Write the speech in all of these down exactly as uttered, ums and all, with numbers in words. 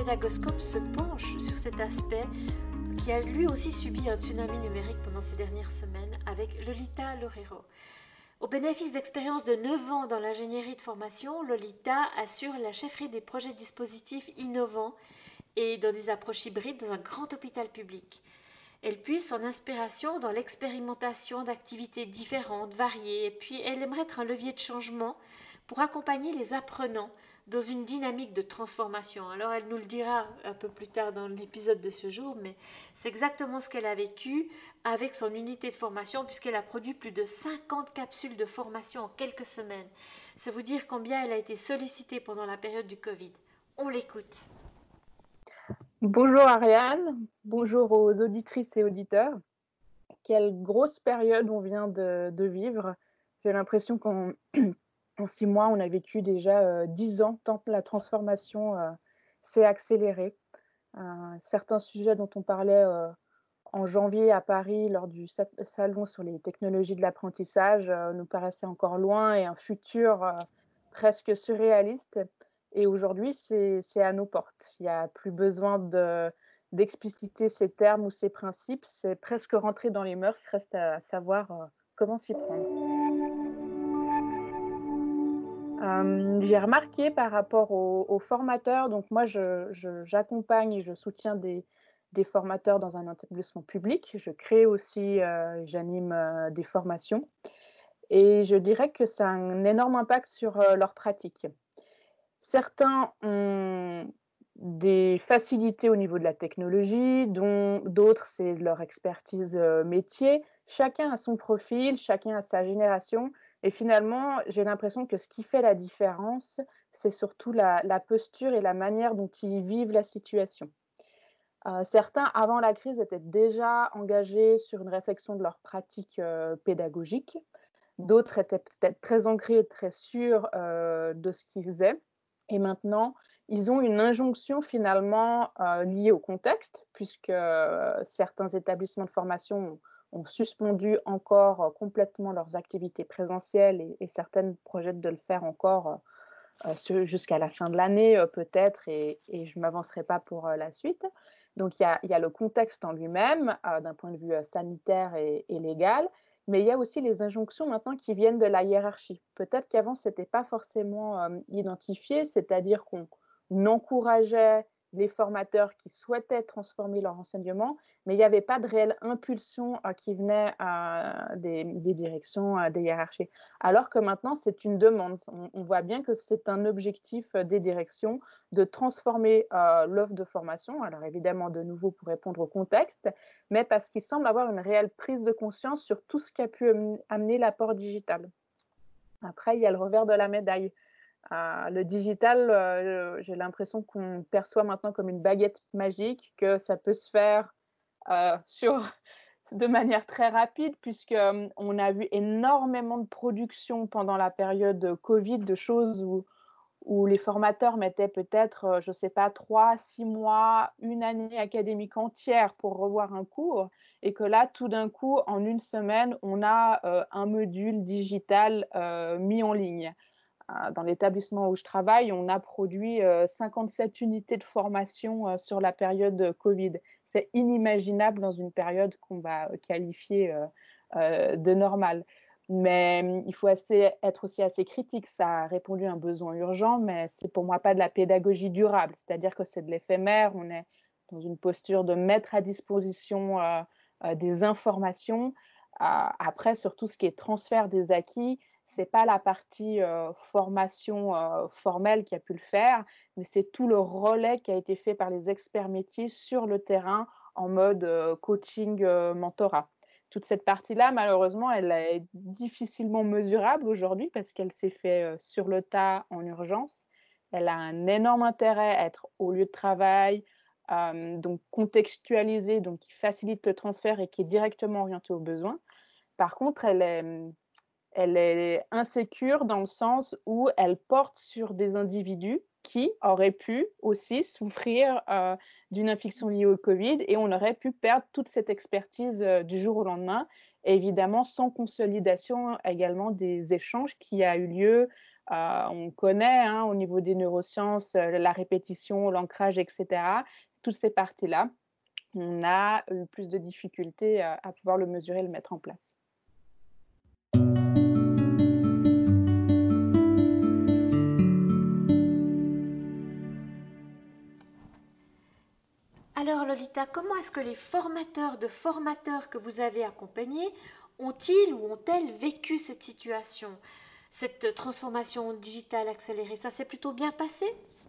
Pédagoscope se penche sur cet aspect qui a lui aussi subi un tsunami numérique pendant ces dernières semaines avec Lolita Loureiro. Au bénéfice d'expériences de neuf ans dans l'ingénierie de formation, Lolita assure la chefferie des projets dispositifs innovants et dans des approches hybrides dans un grand hôpital public. Elle puise son inspiration dans l'expérimentation d'activités différentes, variées, et puis elle aimerait être un levier de changement pour accompagner les apprenants dans une dynamique de transformation. Alors elle nous le dira un peu plus tard dans l'épisode de ce jour, mais c'est exactement ce qu'elle a vécu avec son unité de formation, puisqu'elle a produit plus de cinquante capsules de formation en quelques semaines. C'est vous dire combien elle a été sollicitée pendant la période du Covid. On l'écoute. Bonjour Ariane, bonjour aux auditrices et auditeurs. Quelle grosse période on vient de, de vivre. J'ai l'impression qu'en en six mois, on a vécu déjà euh, dix ans, tant la transformation euh, s'est accélérée. Euh, certains sujets dont on parlait euh, en janvier à Paris lors du salon sur les technologies de l'apprentissage euh, nous paraissaient encore loin et un futur euh, presque surréaliste. Et aujourd'hui, c'est, c'est à nos portes. Il n'y a plus besoin de, d'expliciter ces termes ou ces principes. C'est presque rentré dans les mœurs. Reste à savoir euh, comment s'y prendre. Euh, j'ai remarqué par rapport aux, aux formateurs, donc moi je, je, j'accompagne et je soutiens des, des formateurs dans un établissement public. Je crée aussi, euh, j'anime euh, des formations. Et je dirais que ça a un énorme impact sur euh, leur pratique. Certains ont des facilités au niveau de la technologie, dont d'autres, c'est leur expertise euh, métier. Chacun a son profil, chacun a sa génération. Et finalement, j'ai l'impression que ce qui fait la différence, c'est surtout la, la posture et la manière dont ils vivent la situation. Euh, certains, avant la crise, étaient déjà engagés sur une réflexion de leur pratique euh, pédagogique. D'autres étaient peut-être très ancrés et très sûrs euh, de ce qu'ils faisaient. Et maintenant, ils ont une injonction finalement euh, liée au contexte, puisque euh, certains établissements de formation ont, ont suspendu encore euh, complètement leurs activités présentielles et, et certaines projettent de le faire encore euh, jusqu'à la fin de l'année euh, peut-être, et, et je ne m'avancerai pas pour euh, la suite. Donc il y a, il y a le contexte en lui-même, euh, d'un point de vue euh, sanitaire et, et légal, mais il y a aussi les injonctions maintenant qui viennent de la hiérarchie. Peut-être qu'avant, ce n'était pas forcément euh, identifié, c'est-à-dire qu'on encourageait les formateurs qui souhaitaient transformer leur enseignement, mais il n'y avait pas de réelle impulsion euh, qui venait euh, des, des directions, euh, des hiérarchies. Alors que maintenant, c'est une demande. On, on voit bien que c'est un objectif des directions de transformer euh, l'offre de formation, alors évidemment de nouveau pour répondre au contexte, mais parce qu'il semble avoir une réelle prise de conscience sur tout ce qui a pu amener l'apport digital. Après, il y a le revers de la médaille. Euh, le digital, euh, j'ai l'impression qu'on perçoit maintenant comme une baguette magique, que ça peut se faire euh, sur, de manière très rapide, puisqu'on a vu énormément de production pendant la période Covid, de choses où, où les formateurs mettaient peut-être, je ne sais pas, trois, six mois, une année académique entière pour revoir un cours, et que là, tout d'un coup, en une semaine, on a euh, un module digital euh, mis en ligne. Dans l'établissement où je travaille, on a produit euh, cinquante-sept unités de formation euh, sur la période Covid. C'est inimaginable dans une période qu'on va qualifier euh, euh, de normale. Mais il faut assez, être aussi assez critique. Ça a répondu à un besoin urgent, mais c'est pour moi pas de la pédagogie durable. C'est-à-dire que c'est de l'éphémère. On est dans une posture de mettre à disposition euh, euh, des informations. Euh, après, sur tout ce qui est transfert des acquis, c'est pas la partie euh, formation euh, formelle qui a pu le faire, mais c'est tout le relais qui a été fait par les experts métiers sur le terrain en mode euh, coaching, euh, mentorat. Toute cette partie-là, malheureusement, elle est difficilement mesurable aujourd'hui parce qu'elle s'est faite euh, sur le tas en urgence. Elle a un énorme intérêt à être au lieu de travail, euh, donc contextualisée, donc qui facilite le transfert et qui est directement orientée aux besoins. Par contre, elle est elle est insécure dans le sens où elle porte sur des individus qui auraient pu aussi souffrir euh, d'une infection liée au Covid et on aurait pu perdre toute cette expertise euh, du jour au lendemain. et évidemment sans consolidation également des échanges qui a eu lieu. Euh, on connaît hein, au niveau des neurosciences euh, la répétition, l'ancrage, et cetera. Toutes ces parties-là, on a eu plus de difficultés à, à pouvoir le mesurer et le mettre en place. Alors Lolita, comment est-ce que les formateurs de formateurs que vous avez accompagnés ont-ils ou ont-elles vécu cette situation, cette transformation digitale accélérée? Ça s'est plutôt bien passé?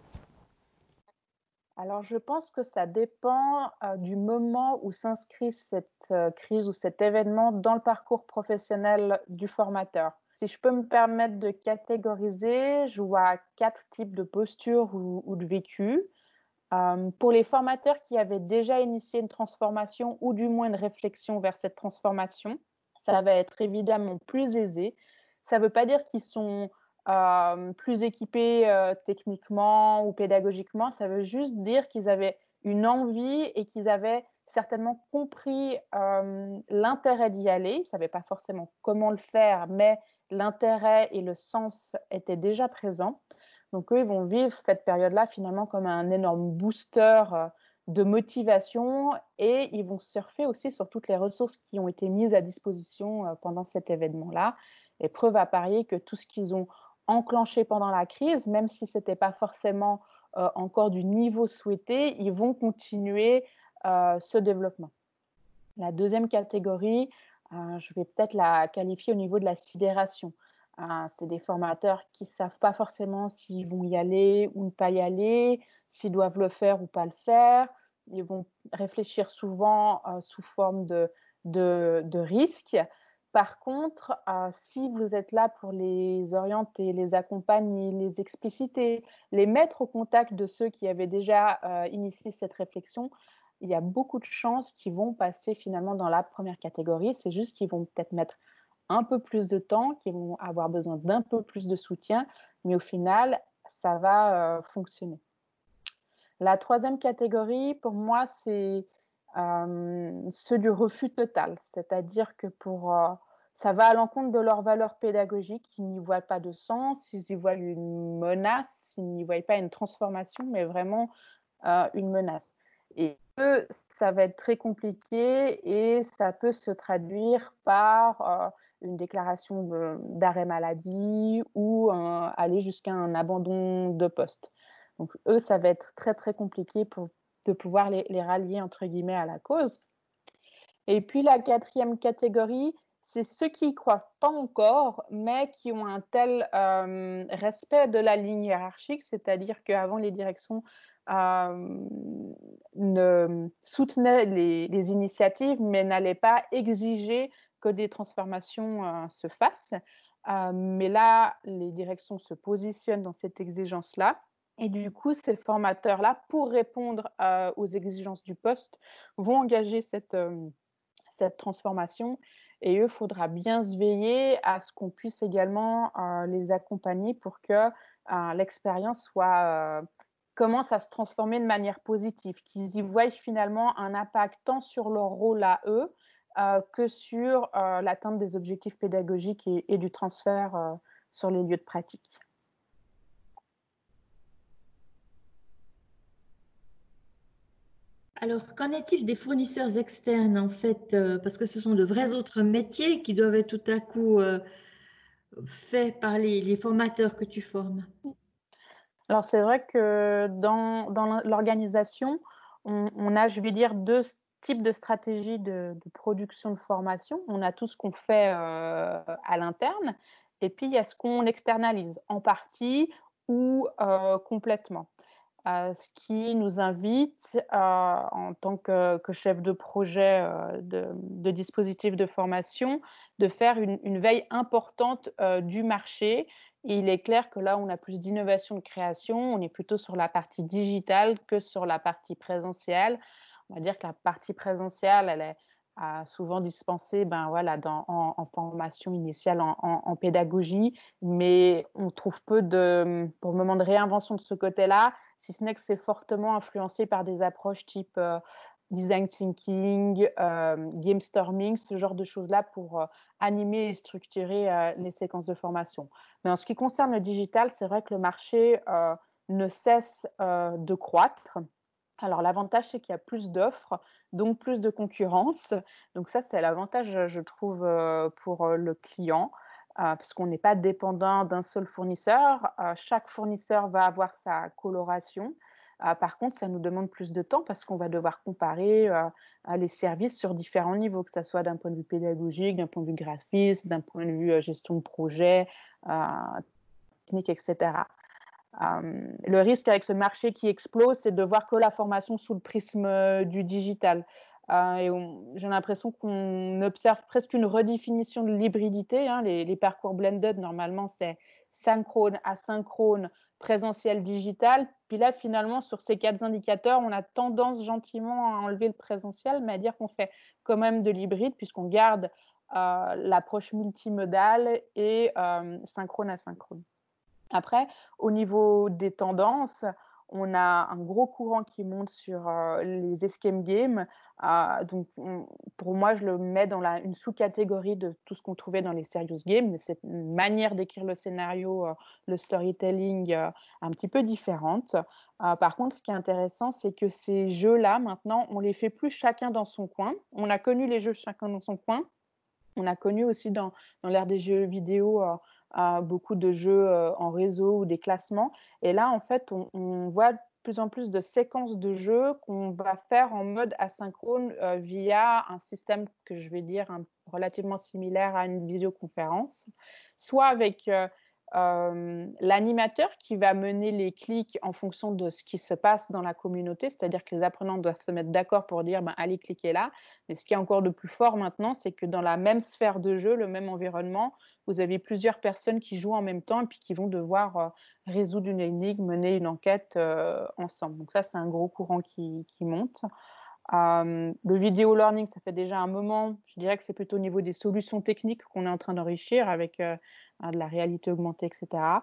Alors, je pense que ça dépend euh, du moment où s'inscrit cette euh, crise ou cet événement dans le parcours professionnel du formateur. Si je peux me permettre de catégoriser, je vois quatre types de postures ou, ou de vécu. Euh, pour les formateurs qui avaient déjà initié une transformation ou du moins une réflexion vers cette transformation, ça va être évidemment plus aisé. Ça ne veut pas dire qu'ils sont euh, plus équipés euh, techniquement ou pédagogiquement, ça veut juste dire qu'ils avaient une envie et qu'ils avaient certainement compris euh, l'intérêt d'y aller. Ils ne savaient pas forcément comment le faire, mais l'intérêt et le sens étaient déjà présents. Donc, eux, ils vont vivre cette période-là finalement comme un énorme booster euh, de motivation et ils vont surfer aussi sur toutes les ressources qui ont été mises à disposition euh, pendant cet événement-là. Et preuve à parier que tout ce qu'ils ont enclenché pendant la crise, même si ce n'était pas forcément euh, encore du niveau souhaité, ils vont continuer euh, ce développement. La deuxième catégorie, euh, je vais peut-être la qualifier au niveau de la sidération. Euh, c'est des formateurs qui ne savent pas forcément s'ils vont y aller ou ne pas y aller, s'ils doivent le faire ou pas le faire. Ils vont réfléchir souvent euh, sous forme de, de, de risques. Par contre, euh, si vous êtes là pour les orienter, les accompagner, les expliciter, les mettre au contact de ceux qui avaient déjà euh, initié cette réflexion, il y a beaucoup de chances qu'ils vont passer finalement dans la première catégorie. C'est juste qu'ils vont peut-être mettre un peu plus de temps, qu'ils vont avoir besoin d'un peu plus de soutien, mais au final, ça va euh, fonctionner. La troisième catégorie, pour moi, c'est euh, ceux du refus total, c'est-à-dire que pour, euh, ça va à l'encontre de leurs valeurs pédagogiques, ils n'y voient pas de sens, ils y voient une menace, ils n'y voient pas une transformation, mais vraiment euh, une menace. Et eux, ça va être très compliqué et ça peut se traduire par euh, une déclaration de, d'arrêt maladie ou un, aller jusqu'à un abandon de poste. Donc eux, ça va être très très compliqué pour de pouvoir les, les rallier entre guillemets à la cause. Et puis la quatrième catégorie, c'est ceux qui n'y croient pas encore, mais qui ont un tel euh, respect de la ligne hiérarchique, c'est-à-dire qu'avant les directions euh, ne soutenaient les, les initiatives, mais n'allaient pas exiger que des transformations euh, se fassent. Euh, mais là, les directions se positionnent dans cette exigence-là. Et du coup, ces formateurs-là, pour répondre euh, aux exigences du poste, vont engager cette, euh, cette transformation. Et eux, il faudra bien se veiller à ce qu'on puisse également euh, les accompagner pour que euh, l'expérience soit, euh, commence à se transformer de manière positive, qu'ils y voient finalement un impact tant sur leur rôle à eux euh, que sur euh, l'atteinte des objectifs pédagogiques et, et du transfert euh, sur les lieux de pratique. Alors, qu'en est-il des fournisseurs externes, en fait, euh, parce que ce sont de vrais autres métiers qui doivent être tout à coup euh, faits par les, les formateurs que tu formes? Alors, c'est vrai que dans, dans l'organisation, on, on a, je vais dire, deux types de stratégies de, de production de formation. On a tout ce qu'on fait euh, à l'interne, et puis il y a ce qu'on externalise en partie ou euh, complètement. Euh, ce qui nous invite, euh, en tant que, que, chef de projet euh, de, de dispositifs de formation, de faire une, une veille importante euh, du marché. Et il est clair que là, on a plus d'innovation de création, on est plutôt sur la partie digitale que sur la partie présentielle. On va dire que la partie présentielle, elle est euh, souvent dispensée ben, voilà, dans, en, en formation initiale, en, en, en pédagogie, mais on trouve peu de, pour le moment, de réinvention de ce côté-là, si ce n'est que c'est fortement influencé par des approches type euh, design thinking, euh, game storming, ce genre de choses-là pour euh, animer et structurer euh, les séquences de formation. Mais en ce qui concerne le digital, c'est vrai que le marché euh, ne cesse euh, de croître. Alors l'avantage, c'est qu'il y a plus d'offres, donc plus de concurrence. Donc ça, c'est l'avantage, je trouve, euh, pour euh, le client, euh, puisqu'on n'est pas dépendant d'un seul fournisseur. Euh, chaque fournisseur va avoir sa coloration. Euh, par contre, ça nous demande plus de temps parce qu'on va devoir comparer euh, les services sur différents niveaux, que ce soit d'un point de vue pédagogique, d'un point de vue graphiste, d'un point de vue euh, gestion de projet, euh, technique, et cetera. Euh, le risque avec ce marché qui explose, c'est de voir que la formation sous le prisme euh, du digital. Euh, et j'ai l'impression qu'on observe presque une redéfinition de l'hybridité. Hein. Les, les parcours blended, normalement, c'est synchrone, asynchrone, présentiel, digital. Puis là, finalement, sur ces quatre indicateurs, on a tendance gentiment à enlever le présentiel, mais à dire qu'on fait quand même de l'hybride, puisqu'on garde euh, l'approche multimodale et euh, synchrone, asynchrone. Après, au niveau des tendances, on a un gros courant qui monte sur euh, les escape games. Euh, donc, on, pour moi, je le mets dans la, une sous-catégorie de tout ce qu'on trouvait dans les serious games. Mais c'est une manière d'écrire le scénario, euh, le storytelling euh, un petit peu différente. Euh, par contre, ce qui est intéressant, c'est que ces jeux-là, maintenant, on les fait plus chacun dans son coin. On a connu les jeux chacun dans son coin. On a connu aussi dans, dans l'ère des jeux vidéo euh, euh, beaucoup de jeux euh, en réseau ou des classements. Et là, en fait, on, on voit de plus en plus de séquences de jeux qu'on va faire en mode asynchrone euh, via un système que je vais dire un, relativement similaire à une visioconférence, soit avec euh, euh, l'animateur qui va mener les clics en fonction de ce qui se passe dans la communauté, c'est-à-dire que les apprenants doivent se mettre d'accord pour dire ben, allez cliquer là. Mais ce qui est encore de plus fort maintenant, c'est que dans la même sphère de jeu, le même environnement, vous avez plusieurs personnes qui jouent en même temps et puis qui vont devoir euh, résoudre une énigme, mener une enquête euh, ensemble. Donc ça, c'est un gros courant qui, qui monte. Euh, le video learning, ça fait déjà un moment. Je dirais que c'est plutôt au niveau des solutions techniques qu'on est en train d'enrichir avec euh, de la réalité augmentée, et cetera.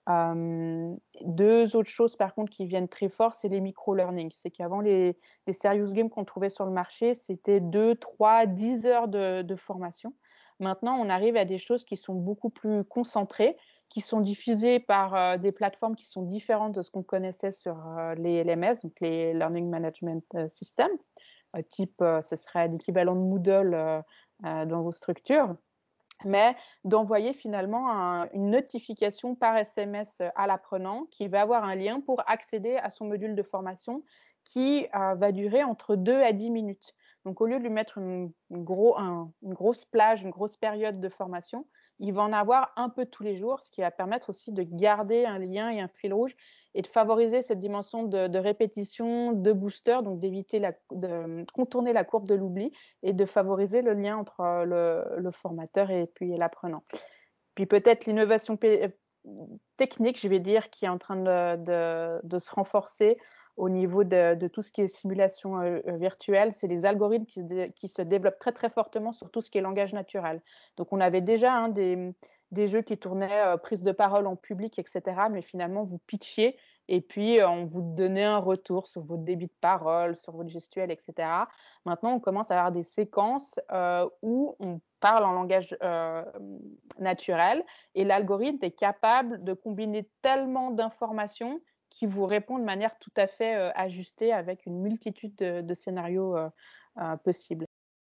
Euh, deux autres choses par contre qui viennent très fort, c'est les micro-learning. C'est qu'avant les, les serious games qu'on trouvait sur le marché, c'était deux, trois, dix heures de, de formation. Maintenant, on arrive à des choses qui sont beaucoup plus concentrées, qui sont diffusées par euh, des plateformes qui sont différentes de ce qu'on connaissait sur euh, les L M S, donc les Learning Management Systems. Euh, type, euh, ce serait l'équivalent de Moodle euh, euh, dans vos structures, mais d'envoyer finalement un, une notification par S M S à l'apprenant qui va avoir un lien pour accéder à son module de formation qui euh, va durer entre deux à dix minutes. Donc, au lieu de lui mettre une, une, gros, un, une grosse plage, une grosse période de formation, il va en avoir un peu tous les jours, ce qui va permettre aussi de garder un lien et un fil rouge et de favoriser cette dimension de, de répétition, de booster, donc d'éviter la, de contourner la courbe de l'oubli et de favoriser le lien entre le, le formateur et puis l'apprenant. Puis peut-être l'innovation technique, je vais dire, qui est en train de, de, de se renforcer au niveau de, de tout ce qui est simulation euh, virtuelle, c'est les algorithmes qui se, dé, qui se développent très très fortement sur tout ce qui est langage naturel. Donc on avait déjà hein, des, des jeux qui tournaient euh, prise de parole en public, et cetera. Mais finalement, vous pitchiez et puis euh, on vous donnait un retour sur votre débit de parole, sur votre gestuelle, et cetera. Maintenant, on commence à avoir des séquences euh, où on parle en langage euh, naturel et l'algorithme est capable de combiner tellement d'informations qui vous répond de manière tout à fait euh, ajustée avec une multitude de, de scénarios euh, euh, possibles.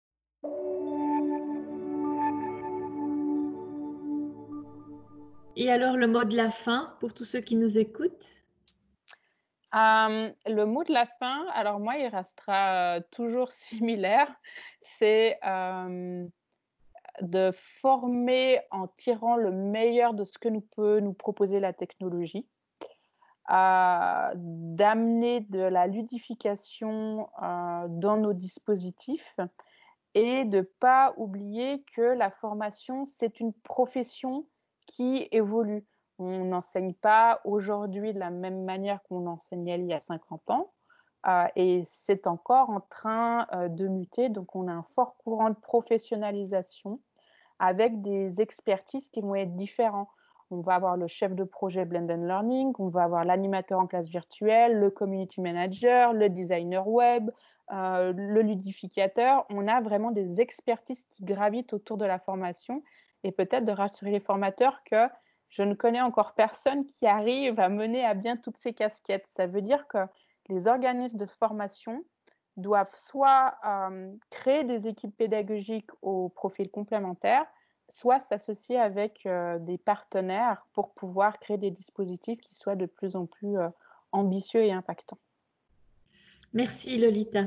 Et alors le mot de la fin pour tous ceux qui nous écoutent? Euh, le mot de la fin, alors moi, il restera euh, toujours similaire. C'est euh, de former en tirant le meilleur de ce que nous peut nous proposer la technologie. Euh, d'amener de la ludification euh, dans nos dispositifs et de ne pas oublier que la formation, c'est une profession qui évolue. On n'enseigne pas aujourd'hui de la même manière qu'on enseignait il y a cinquante ans euh, et c'est encore en train euh, de muter. Donc, on a un fort courant de professionnalisation avec des expertises qui vont être différentes. On va avoir le chef de projet Blended Learning, on va avoir l'animateur en classe virtuelle, le community manager, le designer web, euh, le ludificateur, on a vraiment des expertises qui gravitent autour de la formation et peut-être de rassurer les formateurs que je ne connais encore personne qui arrive à mener à bien toutes ces casquettes. Ça veut dire que les organismes de formation doivent soit euh, créer des équipes pédagogiques au profil complémentaire, soit s'associer avec euh, des partenaires pour pouvoir créer des dispositifs qui soient de plus en plus euh, ambitieux et impactants. Merci Lolita.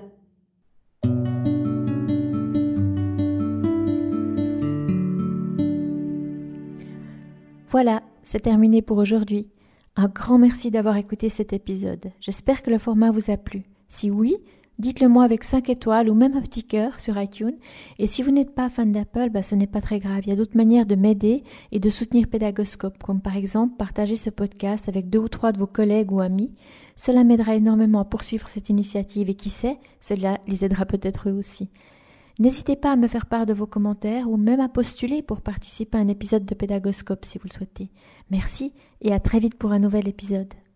Voilà, c'est terminé pour aujourd'hui. Un grand merci d'avoir écouté cet épisode. J'espère que le format vous a plu. Si oui, dites-le moi avec cinq étoiles ou même un petit cœur sur iTunes. Et si vous n'êtes pas fan d'Apple, bah, ce n'est pas très grave. Il y a d'autres manières de m'aider et de soutenir Pédagoscope, comme par exemple partager ce podcast avec deux ou trois de vos collègues ou amis. Cela m'aidera énormément à poursuivre cette initiative et qui sait, cela les aidera peut-être eux aussi. N'hésitez pas à me faire part de vos commentaires ou même à postuler pour participer à un épisode de Pédagoscope si vous le souhaitez. Merci et à très vite pour un nouvel épisode.